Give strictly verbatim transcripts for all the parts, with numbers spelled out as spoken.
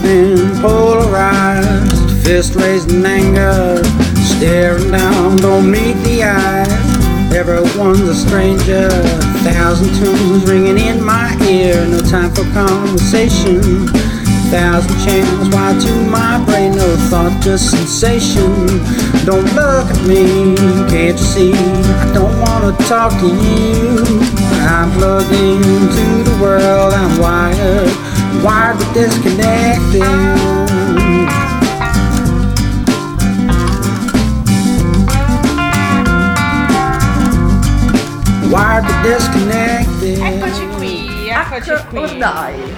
men polarized, fist raised in anger, staring down, don't meet the eyes. Everyone's a stranger, thousand tunes ringing in my ear, no time for conversation. Thousand channels wired to my brain, no thought, just sensation. Don't look at me, can't you see? I don't wanna talk to you. I'm plugged into the world, I'm wired, wired but disconnected. Wired but disconnected. Eccoci qui, eccoci qui. Accordai.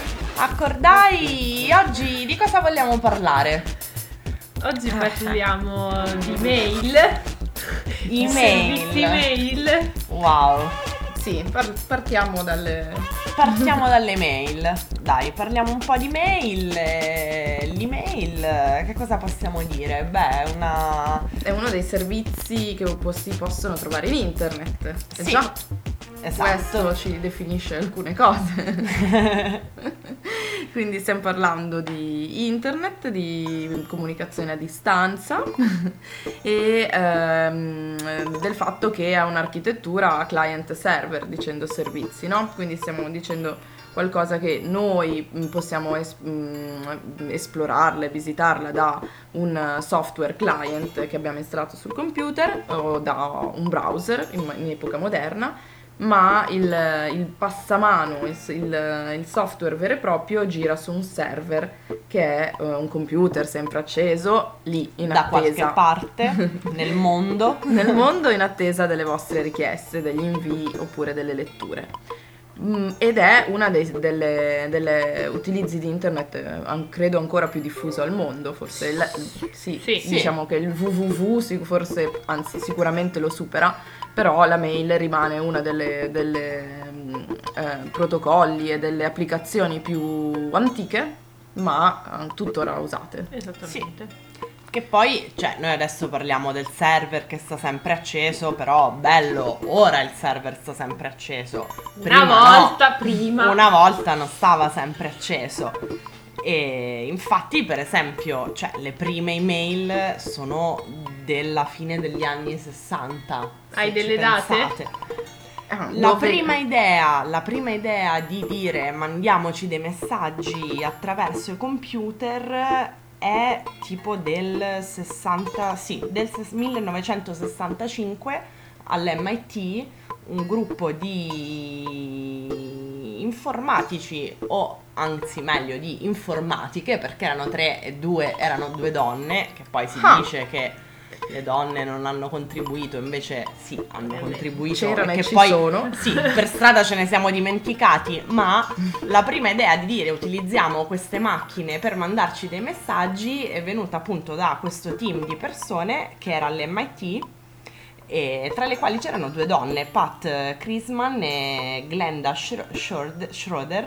Accordai, oggi di cosa vogliamo parlare? Oggi parliamo di mail. Email. Servizi mail. Wow. Sì, par- partiamo dalle... Partiamo dalle mail. Dai, parliamo un po' di mail. Eh, L'email, che cosa possiamo dire? Beh, è una... È uno dei servizi che po- si possono trovare in internet. E Sì, già esatto. questo ci definisce alcune cose. Quindi stiamo parlando di internet, di comunicazione a distanza e ehm, del fatto che ha un'architettura client-server, dicendo servizi, no? Quindi stiamo dicendo qualcosa che noi possiamo es- esplorarla e visitarla da un software client che abbiamo installato sul computer o da un browser in, in epoca moderna, ma il, il passamano, il, il, il software vero e proprio gira su un server che è uh, un computer sempre acceso lì in da attesa qualche parte nel mondo nel mondo in attesa delle vostre richieste, degli invii oppure delle letture. Mm, ed è una dei delle, delle utilizzi di internet eh, credo ancora più diffuso al mondo, forse il, sì, Sì, diciamo sì. che il www sì, forse, anzi sicuramente lo supera, però la mail rimane una delle, delle mm, eh, protocolli e delle applicazioni più antiche ma eh, tuttora usate. Esattamente. Che poi, cioè, noi adesso parliamo del server che sta sempre acceso, però bello, ora il server sta sempre acceso. Prima Una volta no. prima. Una volta non stava sempre acceso. E infatti, per esempio, cioè, le prime email sono della fine degli anni sessanta. Hai se delle ci date? pensate. Ah, La dove- prima idea, la prima idea di dire mandiamoci dei messaggi attraverso i computer è tipo del sessanta, sì, del ses- millenovecentosessantacinque all'M I T, un gruppo di informatici, o anzi meglio di informatiche, perché erano tre e due erano due donne, che poi si Ah. dice che le donne non hanno contribuito, invece sì, hanno contribuito, c'erano e e che ci poi sono. sì, per strada ce ne siamo dimenticati, ma la prima idea di dire utilizziamo queste macchine per mandarci dei messaggi è venuta appunto da questo team di persone che era all'M I T, e tra le quali c'erano due donne, Pat Chrisman e Glenda Schro- Schroed- Schroeder,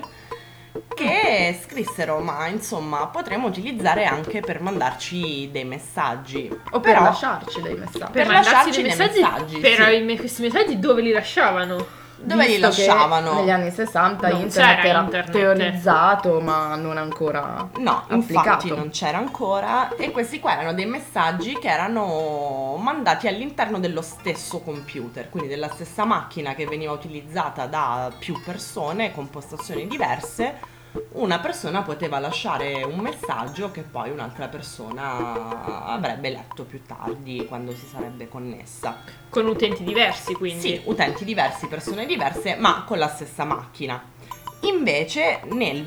che scrissero: ma insomma potremmo utilizzare anche per mandarci dei messaggi o per Però- lasciarci dei messaggi. per mandarsi lasciarci dei dei messaggi, messaggi, però sì. i me- questi messaggi dove li lasciavano? dove li Visto che lasciavano? negli anni sessanta Non internet c'era era internet. teorizzato ma non ancora No, applicato. infatti non c'era ancora, e questi qua erano dei messaggi che erano mandati all'interno dello stesso computer, quindi della stessa macchina che veniva utilizzata da più persone con postazioni diverse. Una persona poteva lasciare un messaggio che poi un'altra persona avrebbe letto più tardi, quando si sarebbe connessa. Con utenti diversi, quindi. Sì, utenti diversi, persone diverse, ma con la stessa macchina. Invece nel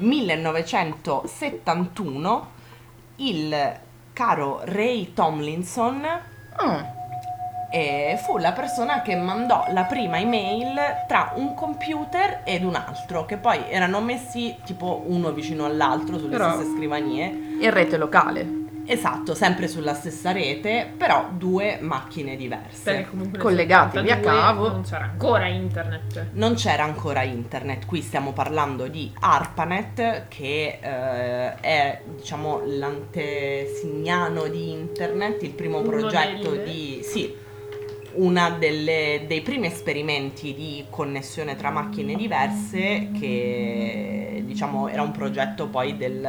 millenovecentosettantuno il caro Ray Tomlinson Ah, eh, fu la persona che mandò la prima email tra un computer ed un altro, che poi erano messi tipo uno vicino all'altro sulle Però- stesse scrivanie. in rete locale, Esatto, sempre sulla stessa rete, però due macchine diverse. Perché comunque nel collegati via settantadue cavo. non c'era ancora internet. Non c'era ancora internet, qui stiamo parlando di ARPANET, che eh, è, diciamo, l'antesignano di internet, il primo Uno progetto delle- di... sì, una delle, dei primi esperimenti di connessione tra macchine diverse che diciamo era un progetto poi del,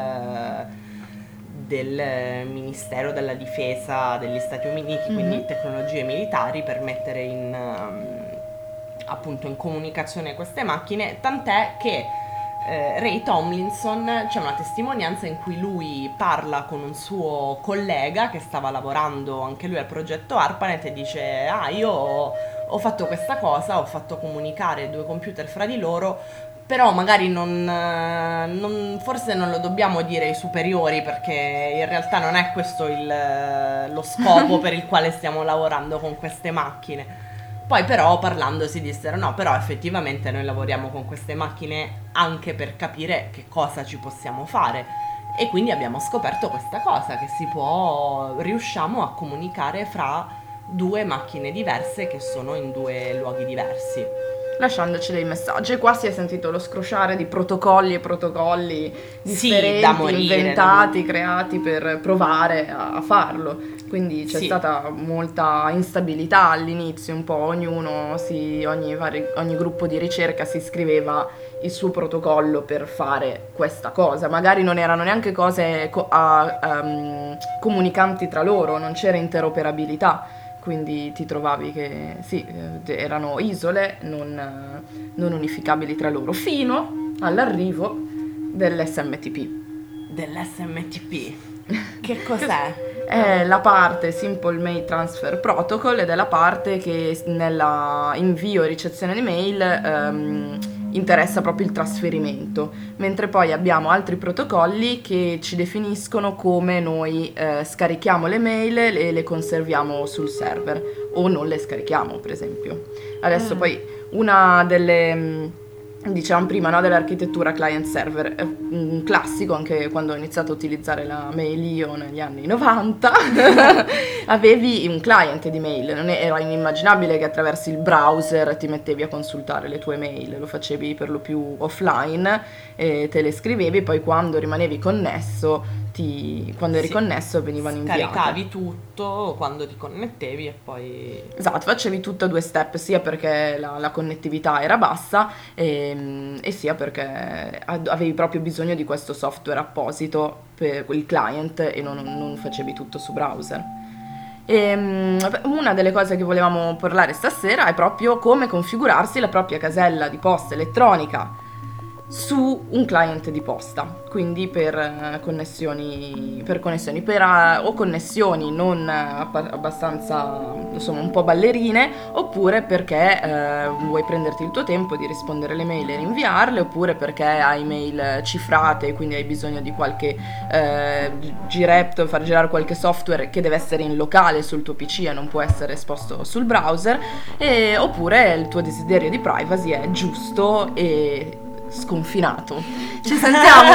del Ministero della Difesa degli Stati Uniti, quindi Mhm. tecnologie militari, per mettere in, um, appunto in comunicazione queste macchine, tant'è che eh, Ray Tomlinson, c'è una testimonianza in cui lui parla con un suo collega che stava lavorando anche lui al progetto ARPANET e dice: ah, io ho, ho fatto questa cosa, ho fatto comunicare due computer fra di loro, però magari non, eh, non- forse non lo dobbiamo dire ai superiori, perché in realtà non è questo il- lo scopo per il quale stiamo lavorando con queste macchine. Poi però parlando si dissero: no, però effettivamente noi lavoriamo con queste macchine anche per capire che cosa ci possiamo fare, e quindi abbiamo scoperto questa cosa, che si può, riusciamo a comunicare fra due macchine diverse che sono in due luoghi diversi. Lasciandoci dei messaggi. E qua si è sentito lo scrosciare di protocolli e protocolli Sì, differenti, da morire, inventati, da- creati per provare a, a farlo. Quindi c'è Sì. stata molta instabilità all'inizio, un po' ognuno, si, ogni, vari- ogni gruppo di ricerca si scriveva il suo protocollo per fare questa cosa. Magari non erano neanche cose co- a- ehm, comunicanti tra loro, non c'era interoperabilità. Quindi ti trovavi che sì, eh, erano isole non, eh, non unificabili tra loro, fino all'arrivo dell'S M T P. Dell'S M T P. Che cos'è? È la parte Simple Mail Transfer Protocol ed è la parte che nella invio e ricezione di mail ehm, interessa proprio il trasferimento, mentre poi abbiamo altri protocolli che ci definiscono come noi eh, scarichiamo le mail e le conserviamo sul server o non le scarichiamo, per esempio. Adesso Mm. poi una delle... mh, diciamo prima, no, dell'architettura client-server, è un classico anche quando ho iniziato a utilizzare la mail io negli anni novanta, avevi un client di mail, non è- era inimmaginabile che attraverso il browser ti mettevi a consultare le tue mail, lo facevi per lo più offline e te le scrivevi, poi quando rimanevi connesso, ti, quando eri Sì. connesso venivano inviate. Scaricavi tutto quando ti connettevi e poi... Esatto, facevi tutto a due step, sia perché la, la connettività era bassa e, e sia perché ad- avevi proprio bisogno di questo software apposito per il client e non, non facevi tutto su browser. E, mm, una delle cose che volevamo parlare stasera è proprio come configurarsi la propria casella di posta elettronica su un client di posta, quindi per eh, connessioni per connessioni per eh, o connessioni non eh, abba- abbastanza, insomma, un po' ballerine, oppure perché eh, vuoi prenderti il tuo tempo di rispondere alle mail e rinviarle, oppure perché hai mail cifrate e quindi hai bisogno di qualche eh, giretto, far girare qualche software che deve essere in locale sul tuo P C e non può essere esposto sul browser, e, oppure il tuo desiderio di privacy è giusto e sconfinato. Ci sentiamo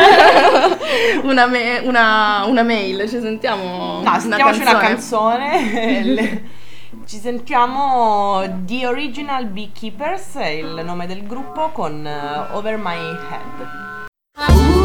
una, me- una, una mail, ci sentiamo No, sentiamoci una canzone. Le- Ci sentiamo The Original Beekeepers, è il nome del gruppo, con eh, Over My Head.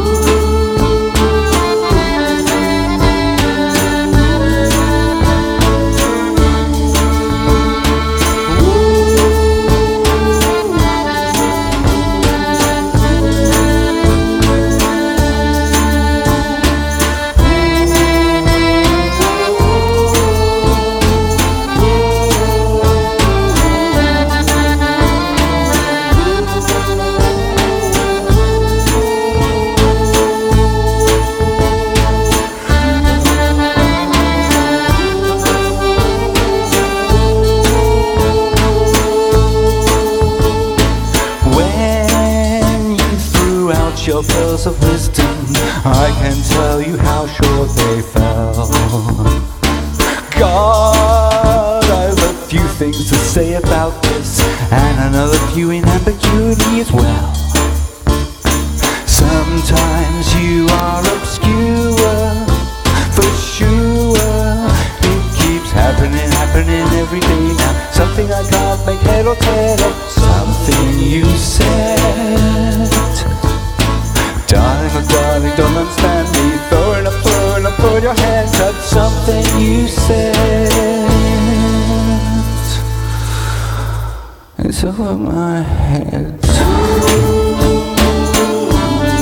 When you threw out your pearls of wisdom, I can tell you how short they fell. God, I've a few things to say about this, and another few in ambiguity as well. Sometimes you are obscure, for sure. It keeps happening, happening every day now. Something I can't make head or tail of. Something you said, darling, oh darling, don't understand me. Throwing up, throwing up, put your hands up. Something you said, it's over my head.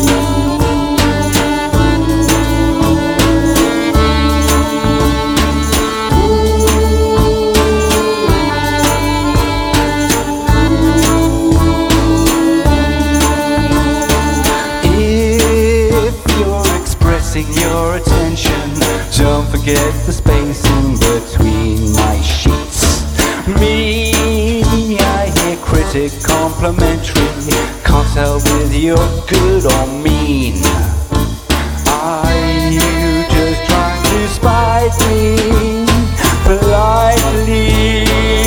complimentary. Can't tell whether you're good or mean. Are you just trying to spite me politely?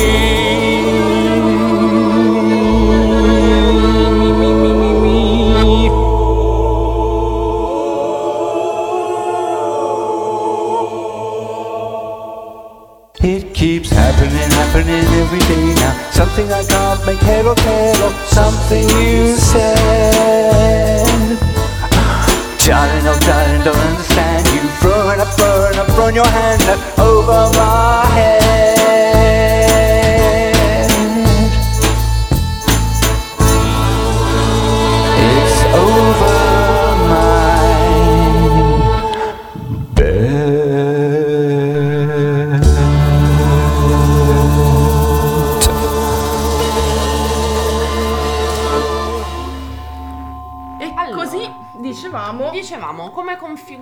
It keeps happening, happening every day now. Something I can't make head or tail of. Something you said. Darling, oh darling, don't understand you. Throwing up, throwing up, throwing your hand up over my head. It's over my bed. E Allora. così dicevamo. Dicevamo come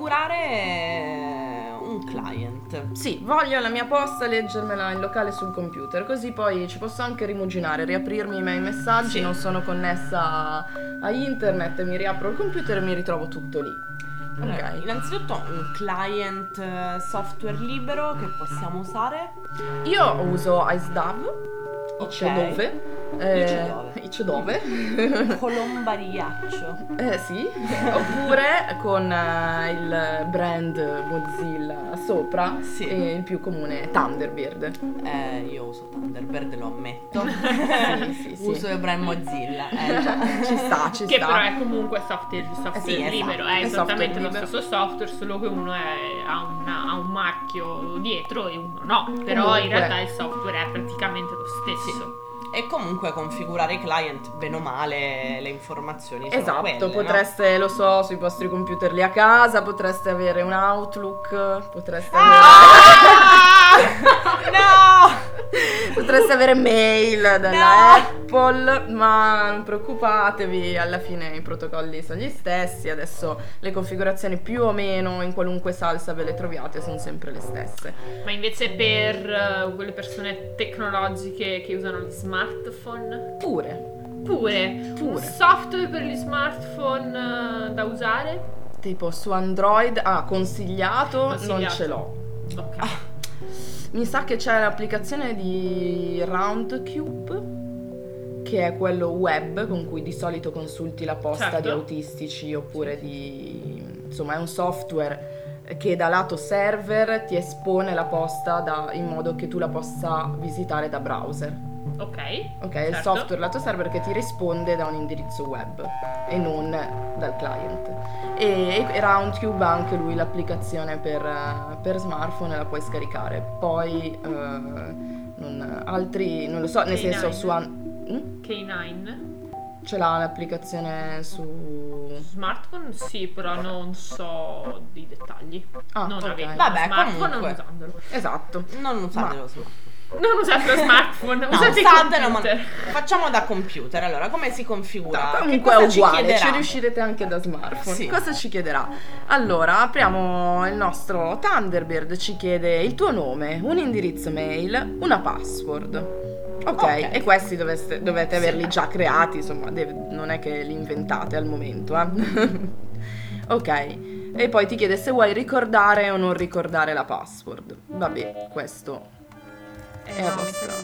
configurare un client. Sì, voglio la mia posta, leggermela in locale sul computer, così poi ci posso anche rimuginare, riaprirmi i miei messaggi, Sì. non sono connessa a internet, mi riapro il computer e mi ritrovo tutto lì. Allora, Ok. innanzitutto un client eh, software libero che possiamo usare. Io uso IceDAV, Ok. Icedove. Icedove. Icedove. Colombariaccio. Eh sì, oppure con eh, il brand Mozilla sopra, Sì. e il più comune è Thunderbird. Eh, io uso Thunderbird, lo ammetto. Sì, sì, sì. Uso il brand Mozilla. Eh, già. Ci sta, ci Che sta. però è comunque software, software Sì, esatto. libero, è È esattamente software lo libero. stesso software, solo che uno è- ha, una- ha un marchio dietro e uno no. Però Comunque. in realtà il software è praticamente lo stesso. E comunque configurare i client, bene o male, le informazioni sono Esatto, quelle, no? potreste, lo so, sui vostri computer lì a casa, potreste avere un Outlook, potreste Ah! No! avere, potreste avere mail dalla Apple, ma non preoccupatevi, alla fine i protocolli sono gli stessi, adesso le configurazioni più o meno in qualunque salsa ve le troviate, sono sempre le stesse. Ma invece per eh, quelle persone tecnologiche che usano gli smartphone, Pure, pure, Pure. un software per gli smartphone eh, da usare? tipo su Android, ah, consigliato, non Consigliato. ce l'ho. Ok. Mi sa che c'è l'applicazione di Roundcube, che è quello web con cui di solito consulti la posta Certo. di autistici, oppure di... insomma è un software che da lato server ti espone la posta da- in modo che tu la possa visitare da browser. Ok. Ok, è il Certo. software lato server che ti risponde da un indirizzo web e non dal client. E, e Roundcube ha anche lui l'applicazione per, eh, per smartphone, la puoi scaricare. Poi eh, non, altri, non lo so, nel K nine. senso su an- mm? K nine. ce l'ha l'applicazione su... Smartphone sì, però non so di dettagli. Ah, non ok. avendo Vabbè, smartphone, comunque. non usandolo. Esatto. Non usate Ma- lo smartphone. Non usate lo smartphone, No, usate il usatelo, ma computer. facciamo da computer. Allora, come si configura? Che Comunque è cosa ci uguale, ci, chiederà? riuscirete anche da smartphone. Sì. Cosa ci chiederà? Allora, apriamo il nostro Thunderbird, ci chiede il tuo nome, un indirizzo mail, una password. Ok, Ok. e questi doveste- dovete Sì. averli già creati, insomma, deve- non è che li inventate al momento, eh. Ok, e poi ti chiede se vuoi ricordare o non ricordare la password. Vabbè, questo Eh, è no, abbastanza...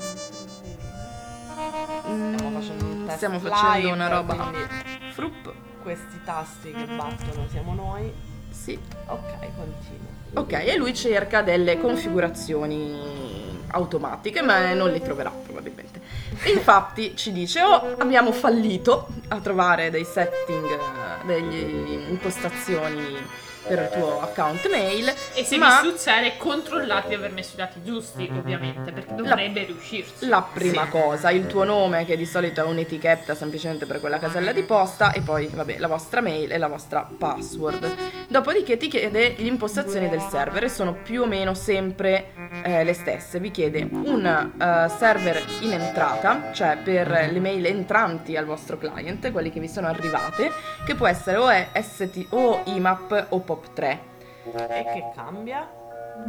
Stiamo facendo un test Stiamo facendo live, una roba... quindi Frupp. questi tasti che battono siamo noi. Sì. Ok, continuo. Ok, e lui cerca delle configurazioni automatiche, ma non le troverà probabilmente. E infatti ci dice: oh, abbiamo fallito a trovare dei setting, eh, delle impostazioni per il tuo account mail. E se ma vi succede, controllate di aver messo i dati giusti, ovviamente, perché dovrebbe riuscirci. la prima cosa, il tuo nome, che di solito è un'etichetta semplicemente per quella casella di posta, e poi vabbè la vostra mail e la vostra password. Dopodiché ti chiede le impostazioni del server, e sono più o meno sempre eh, le stesse. Vi chiede un eh, server in entrata, cioè per le mail entranti al vostro client, quelli che vi sono arrivate, che può essere o S T o I M A P o P O P tre. E che cambia?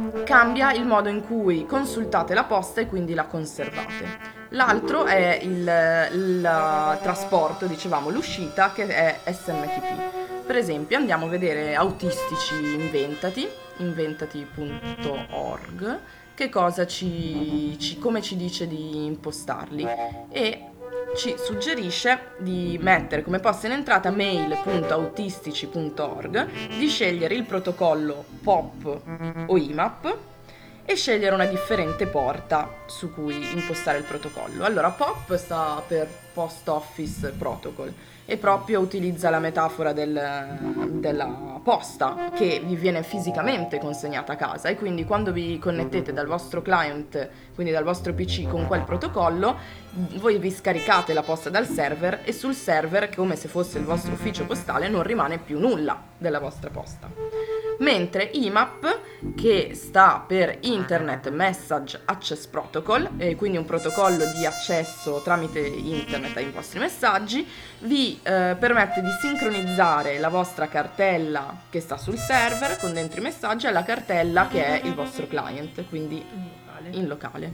cambia il modo in cui consultate la posta e quindi la conservate. L'altro è il, il trasporto, dicevamo, l'uscita, che è S M T P. Per esempio andiamo a vedere Autistici Inventati, inventati punto org, che cosa ci, ci, come ci dice di impostarli, e ci suggerisce di mettere come posta in entrata mail punto autistici punto org, di scegliere il protocollo P O P o I M A P e scegliere una differente porta su cui impostare il protocollo. Allora, P O P sta per Post Office Protocol e proprio utilizza la metafora del, della posta che vi viene fisicamente consegnata a casa, e quindi quando vi connettete dal vostro client, quindi dal vostro P C, con quel protocollo, voi vi scaricate la posta dal server, e sul server, come se fosse il vostro ufficio postale, non rimane più nulla della vostra posta. Mentre I M A P, che sta per Internet Message Access Protocol, e quindi un protocollo di accesso tramite internet ai vostri messaggi, vi eh, permette di sincronizzare la vostra cartella che sta sul server con dentro i messaggi alla cartella che è il vostro client, quindi in locale.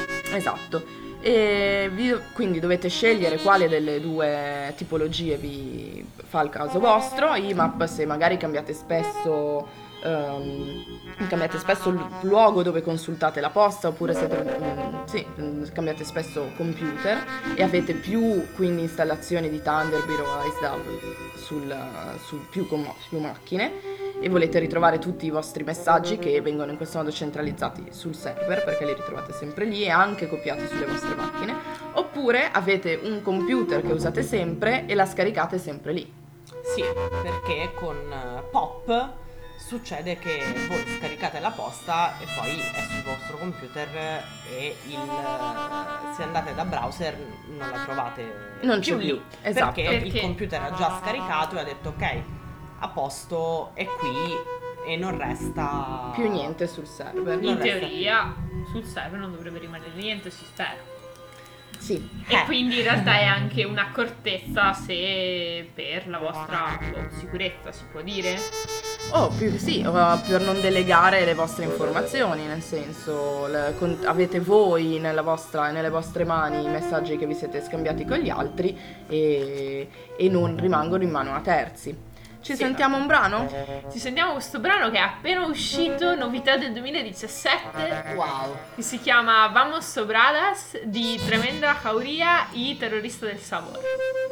Esatto. E vi, quindi dovete scegliere quale delle due tipologie vi fa il caso vostro. I M A P, se magari cambiate spesso um, cambiate spesso il luogo dove consultate la posta, oppure se um, sì, cambiate spesso computer e avete più quindi installazioni di Thunderbird o IceDove sul, su più, com- più macchine, e volete ritrovare tutti i vostri messaggi che vengono in questo modo centralizzati sul server, perché li ritrovate sempre lì e anche copiati sulle vostre macchine, oppure avete un computer che usate sempre e la scaricate sempre lì. Sì, perché con P O P succede che voi scaricate la posta e poi è sul vostro computer, e il, se andate da browser non la trovate non più c'è più, lì, esatto. perché, Perché? il computer ha già scaricato e ha detto ok, a posto, è qui, e non resta Più niente sul server. Non In resta teoria sul server non dovrebbe rimanere niente, si spera. Sì. Eh. E quindi in realtà è anche un'accortezza se per la vostra boh, sicurezza, si può dire? Oh, più sì, o per non delegare le vostre informazioni, nel senso, le- con- avete voi nella vostra, nelle vostre mani i messaggi che vi siete scambiati con gli altri, e, e non rimangono in mano a terzi. Ci Sì. sentiamo un brano? Ci sentiamo questo brano che è appena uscito, novità del duemiladiciassette, wow. che si chiama Vamos Sobradas, di Tremenda Jauría y Terrorista del Sabor.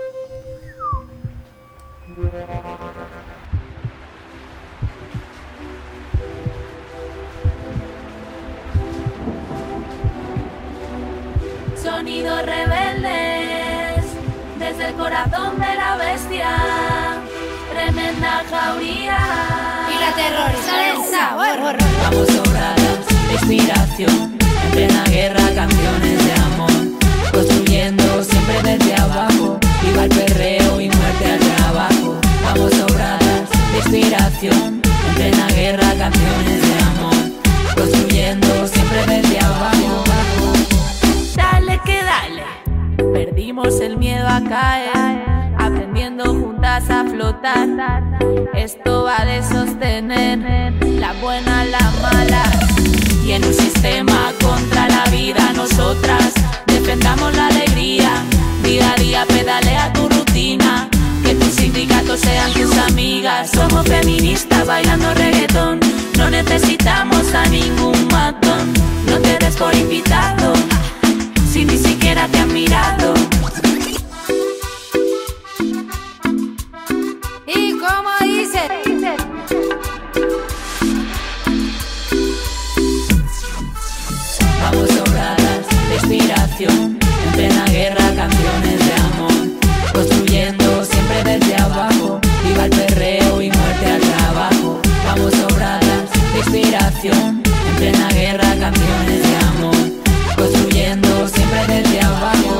Sonidos rebeldes desde el corazón de la bestia, tremenda jauría Y la terrorista del sabor. Vamos sobradas de inspiración, en plena guerra canciones de amor, construyendo siempre desde abajo, viva el perreo y muerte al trabajo. Vamos sobradas de inspiración, en plena guerra canciones de amor, construyendo siempre desde abajo. Dale que dale, perdimos el miedo a caer, aprendiendo juntas a flotar. Esto va de sostener la buena, la mala, y en un sistema contra la vida nosotras defendamos la alegría. Día a día pedalea tu rutina, que tus sindicatos sean tus amigas. Somos feministas bailando reggaetón, no necesitamos a ningún matón. No te des por invitado si ni siquiera te han mirado. Y como dice, Vamos sobradas de inspiración, en plena guerra canciones de amor, construyendo siempre desde abajo, viva el perreo y muerte al trabajo. Vamos sobradas de inspiración, en plena guerra canciones de amor, construyendo siempre desde abajo.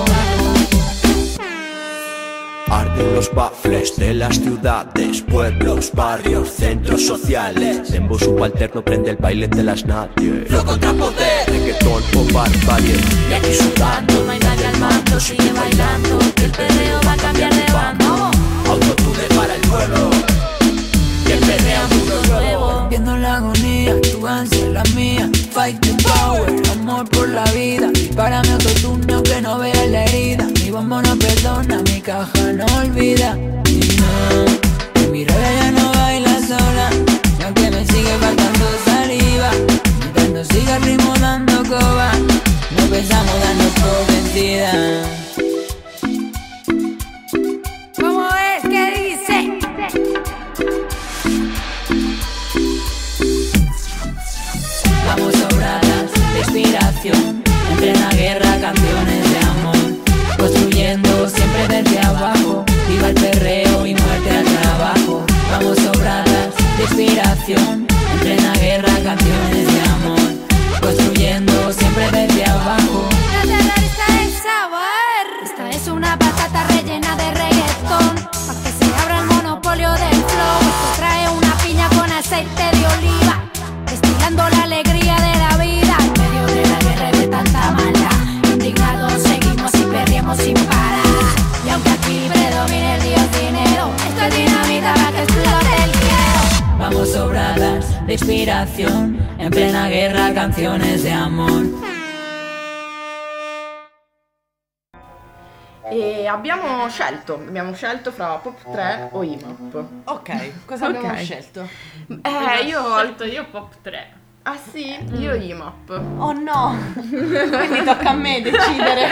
Arden los baffles de las ciudades, pueblos, barrios, centros sociales. Dembow subalterno prende el baile de las nadie. Flow contra poder, Reggaetón o barbarie. y aquí sudando, no hay nadie al mando, sigue bailando, que el perreo va a cambiar de bando. Autotune para el pueblo. Y el perreo es un nuevo. Viendo la agonía, tu ansia, la mía. Fight the power, amor por la vida. Dispárame autotune que no vea la herida. Mi bombo no perdona, mi caja no olvida. Y no, en mi rola ya no baila sola. Y aunque me sigue faltando saliva, mientras siga el ritmo dando coba, no pensamos darnos por vencida. ¿Cómo es que dice? Vamos sobradas de inspiración, en plena guerra, canciones de amor, construyendo siempre desde abajo. Viva el perreo y muerte al trabajo. Vamos sobradas de inspiración, en plena guerra, canciones de amor, construyendo siempre desde abajo. La terrorista del sabor. Esta es una patata rellena de reggaetón, pa' que se abra el monopolio del flow. Esto trae una piña con aceite de oliva, destilando la alegría de la vida. En medio de la guerra y de tanta maldad, indignados seguimos y perriemos sin parar. Y aunque aquí predomine el dios dinero, esto es dinamita para que explote el quiero. Vamos sobradas de inspiración, en plena guerra, canciones de amor. E abbiamo scelto, abbiamo scelto fra Pop tre o I M A P. Ok, cosa abbiamo Ok. scelto? Eh, io ho scelto io Pop tre. Ah sì? Io I M A P. Oh no! Quindi tocca a me decidere.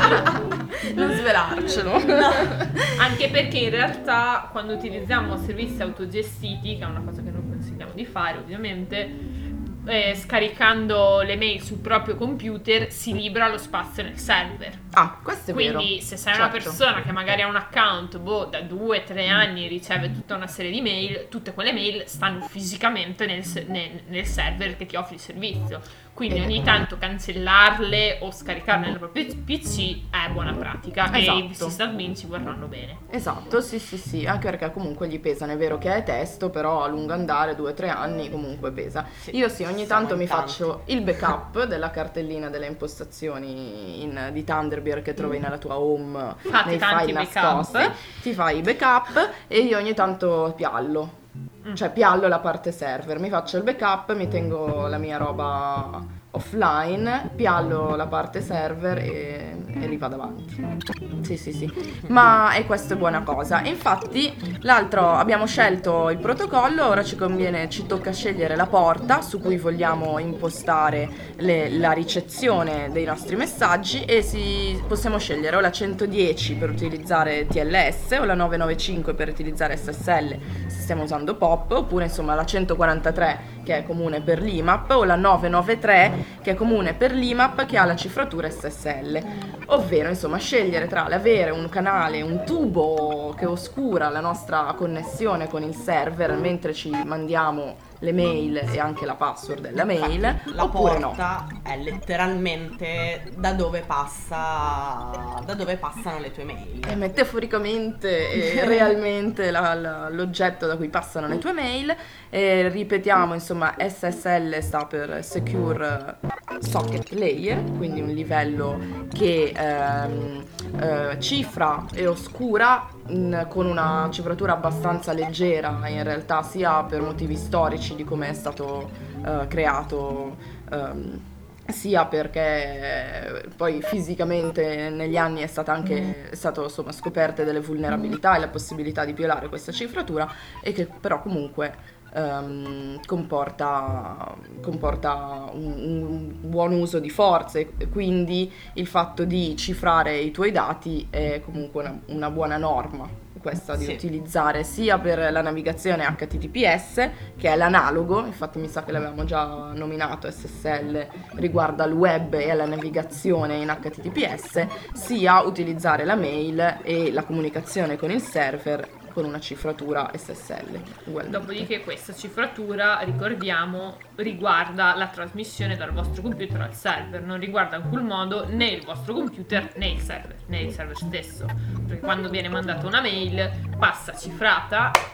Non svelarcelo. Anche perché in realtà quando utilizziamo servizi autogestiti, che è una cosa che non consigliamo di fare ovviamente, eh, scaricando le mail sul proprio computer si libera lo spazio nel server. Ah, questo è vero. Quindi se sei una Certo. persona che magari ha un account boh, da due tre anni e riceve tutta una serie di mail, tutte quelle mail stanno fisicamente nel, se- nel- nel server che ti offre il servizio. Quindi ogni tanto cancellarle o scaricarle nel proprio P C è buona pratica e i Esatto. sysadmin ci vorranno bene. Esatto, sì sì sì, anche perché comunque gli pesano, è vero che è testo, però a lungo andare, due o tre anni comunque pesa. Io sì, ogni siamo tanto in mi tanti. faccio il backup della cartellina delle impostazioni in- di Thunderbird che trovi nella tua home, Fate nei tanti file backup. nascosti, ti fai i backup e io ogni tanto piallo. Cioè piallo la parte server, mi faccio il backup, mi tengo la mia roba offline, piallo la parte server e, e li vado avanti. Sì, sì, sì. Ma e questo è buona cosa. Infatti, l'altro abbiamo scelto il protocollo, ora ci conviene, ci tocca scegliere la porta su cui vogliamo impostare le- la ricezione dei nostri messaggi e si, possiamo scegliere o la centodieci per utilizzare T L S o la novecentonovantacinque per utilizzare S S L se stiamo usando POP, oppure insomma la centoquarantatré che è comune per l'I M A P o la novecentonovantatré che è comune per l'I M A P che ha la cifratura S S L, ovvero insomma scegliere tra l'avere un canale, un tubo che oscura la nostra connessione con il server mentre ci mandiamo le mail e anche la password della mail, Infatti, la oppure no. porta è letteralmente da dove passa da dove passano le tue mail. E metaforicamente e realmente la- la- l'oggetto da cui passano le tue mail. E ripetiamo, insomma, S S L sta per Secure Socket Layer, quindi un livello che ehm, eh, cifra e oscura in- con una cifratura abbastanza leggera, in realtà sia per motivi storici di come è stato eh, creato, ehm, sia perché poi fisicamente negli anni è stata anche è stato insomma scoperte delle vulnerabilità e la possibilità di violare questa cifratura, e che però comunque ehm, comporta, comporta un, un buon uso di forze, e quindi il fatto di cifrare i tuoi dati è comunque una, una buona norma questa di Sì. utilizzare sia per la navigazione H T T P S, che è l'analogo, infatti mi sa che l'avevamo già nominato, S S L riguarda il web e la navigazione in H T T P S, sia utilizzare la mail e la comunicazione con il server con una cifratura S S L ugualmente. Dopodiché questa cifratura, ricordiamo, riguarda la trasmissione dal vostro computer al server, non riguarda in alcun modo né il vostro computer né il server, né il server stesso, perché quando viene mandata una mail passa cifrata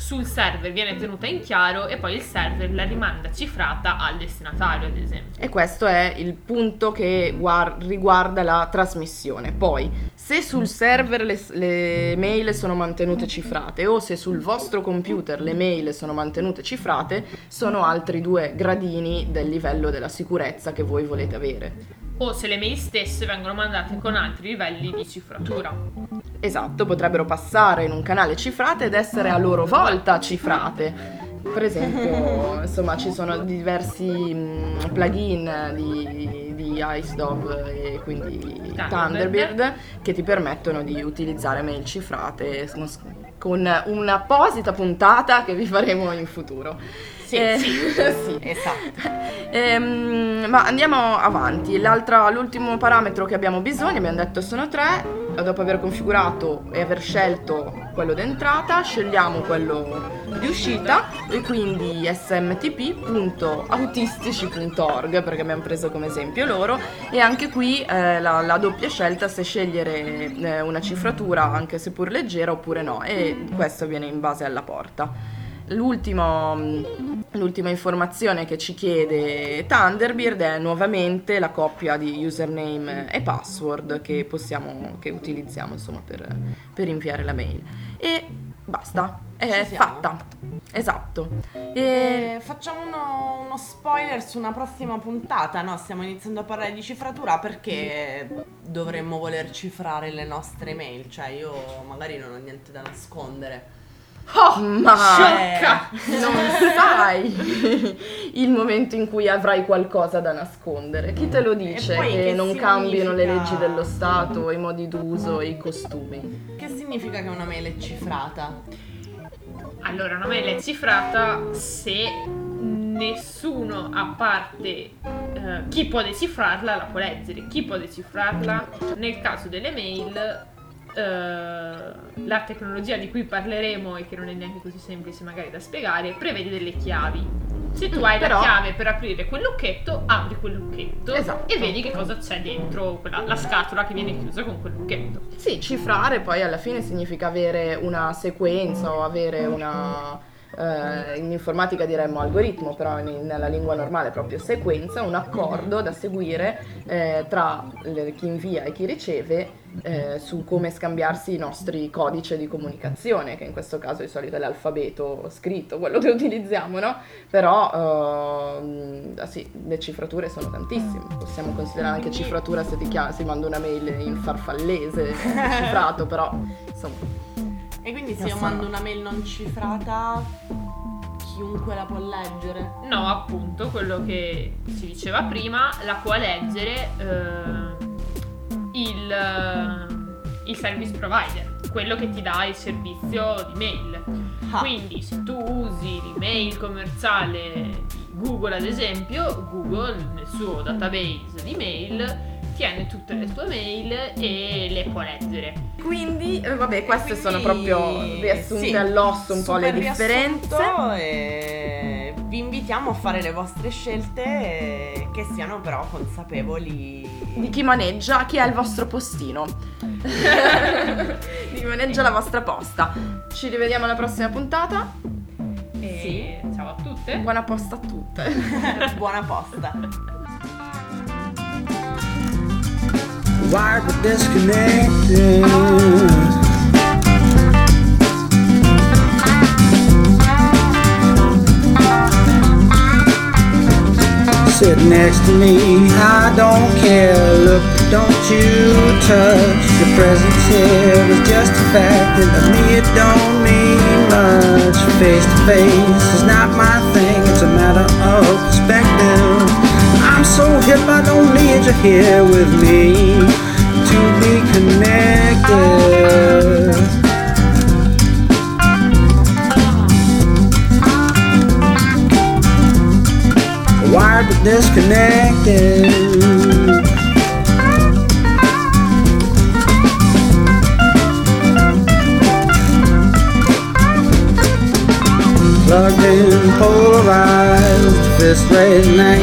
sul server viene tenuta in chiaro e poi il server la rimanda cifrata al destinatario, ad esempio. E questo è il punto che guar- riguarda la trasmissione. Poi, se sul server le, le mail sono mantenute cifrate o se sul vostro computer le mail sono mantenute cifrate, sono altri due gradini del livello della sicurezza che voi volete avere. O se le mail stesse vengono mandate con altri livelli di cifratura. Esatto, potrebbero passare in un canale cifrate ed essere a loro volta cifrate. Per esempio, insomma, ci sono diversi mh, plugin di, di IceDove e quindi Thunderbird. Thunderbird che ti permettono di utilizzare mail cifrate con un'apposita puntata che vi faremo in futuro. Sì, Eh, sì, sì. esatto. Ehm, ma andiamo avanti. L'altra, l'ultimo parametro che abbiamo bisogno, abbiamo detto sono tre. Dopo aver configurato e aver scelto quello d'entrata, scegliamo quello di uscita e quindi s m t p punto autistici punto org, perché abbiamo preso come esempio loro, e anche qui eh, la, la doppia scelta se scegliere eh, una cifratura anche seppur leggera oppure no, e questo viene in base alla porta. L'ultimo, l'ultima informazione che ci chiede Thunderbird è nuovamente la coppia di username e password che possiamo, che utilizziamo insomma per, per inviare la mail. E basta, è Ci siamo. fatta. Esatto. E E facciamo uno, uno spoiler su una prossima puntata, no? Stiamo iniziando a parlare di cifratura perché dovremmo voler cifrare le nostre mail, cioè io magari non ho niente da nascondere. oh, ma Sciocca! non sai il momento in cui avrai qualcosa da nascondere. Chi te lo dice E poi che che non cambino le significa? leggi dello Stato, i modi d'uso e i costumi? Che significa che una mail è cifrata? Allora, una mail è cifrata se nessuno a parte eh, chi può decifrarla la può leggere. Chi può decifrarla? Nel caso delle mail Uh, la tecnologia di cui parleremo e che non è neanche così semplice magari da spiegare prevede delle chiavi. Se tu hai Però- la chiave per aprire quel lucchetto, apri quel lucchetto Esatto. e vedi che cosa c'è dentro quella, la scatola che viene chiusa con quel lucchetto. Sì, cifrare poi alla fine significa avere una sequenza o avere una... eh, in informatica diremmo algoritmo, però in- nella lingua normale proprio sequenza, un accordo da seguire eh, tra le- chi invia e chi riceve eh, su come scambiarsi i nostri codici di comunicazione, che in questo caso di solito è l'alfabeto scritto, quello che utilizziamo, no? Però ehm, sì, le cifrature sono tantissime, possiamo considerare anche cifratura se ti chiama, si manda una mail in farfallese cifrato, però insomma. E quindi se Non io so. mando una mail non cifrata, chiunque la può leggere? No, appunto, quello che si diceva prima, la può leggere eh, il, eh, il service provider, quello che ti dà il servizio di mail. Ah. Quindi se tu usi l'email commerciale di Google, ad esempio, Google nel suo database di mail tiene tutte le tue mail e le può leggere. Quindi, eh, vabbè, queste Quindi, sono proprio riassunte sì, all'osso un po' le super differenze. riassunto, e vi invitiamo a fare le vostre scelte eh, che siano però consapevoli Di chi maneggia, chi è il vostro postino. Di chi maneggia la vostra posta. Ci rivediamo alla prossima puntata. E ciao a tutte. Buona posta a tutte. Buona posta. Wired but disconnected. Sit next to me, I don't care. Look, don't you touch. Your presence here is just a fact, and to me it don't mean much. Face to face is not my thing, it's a matter of perspective. I'm so hip I don't need you here with me to be connected. Wired but disconnected. Plugged in, polarized, fist raised and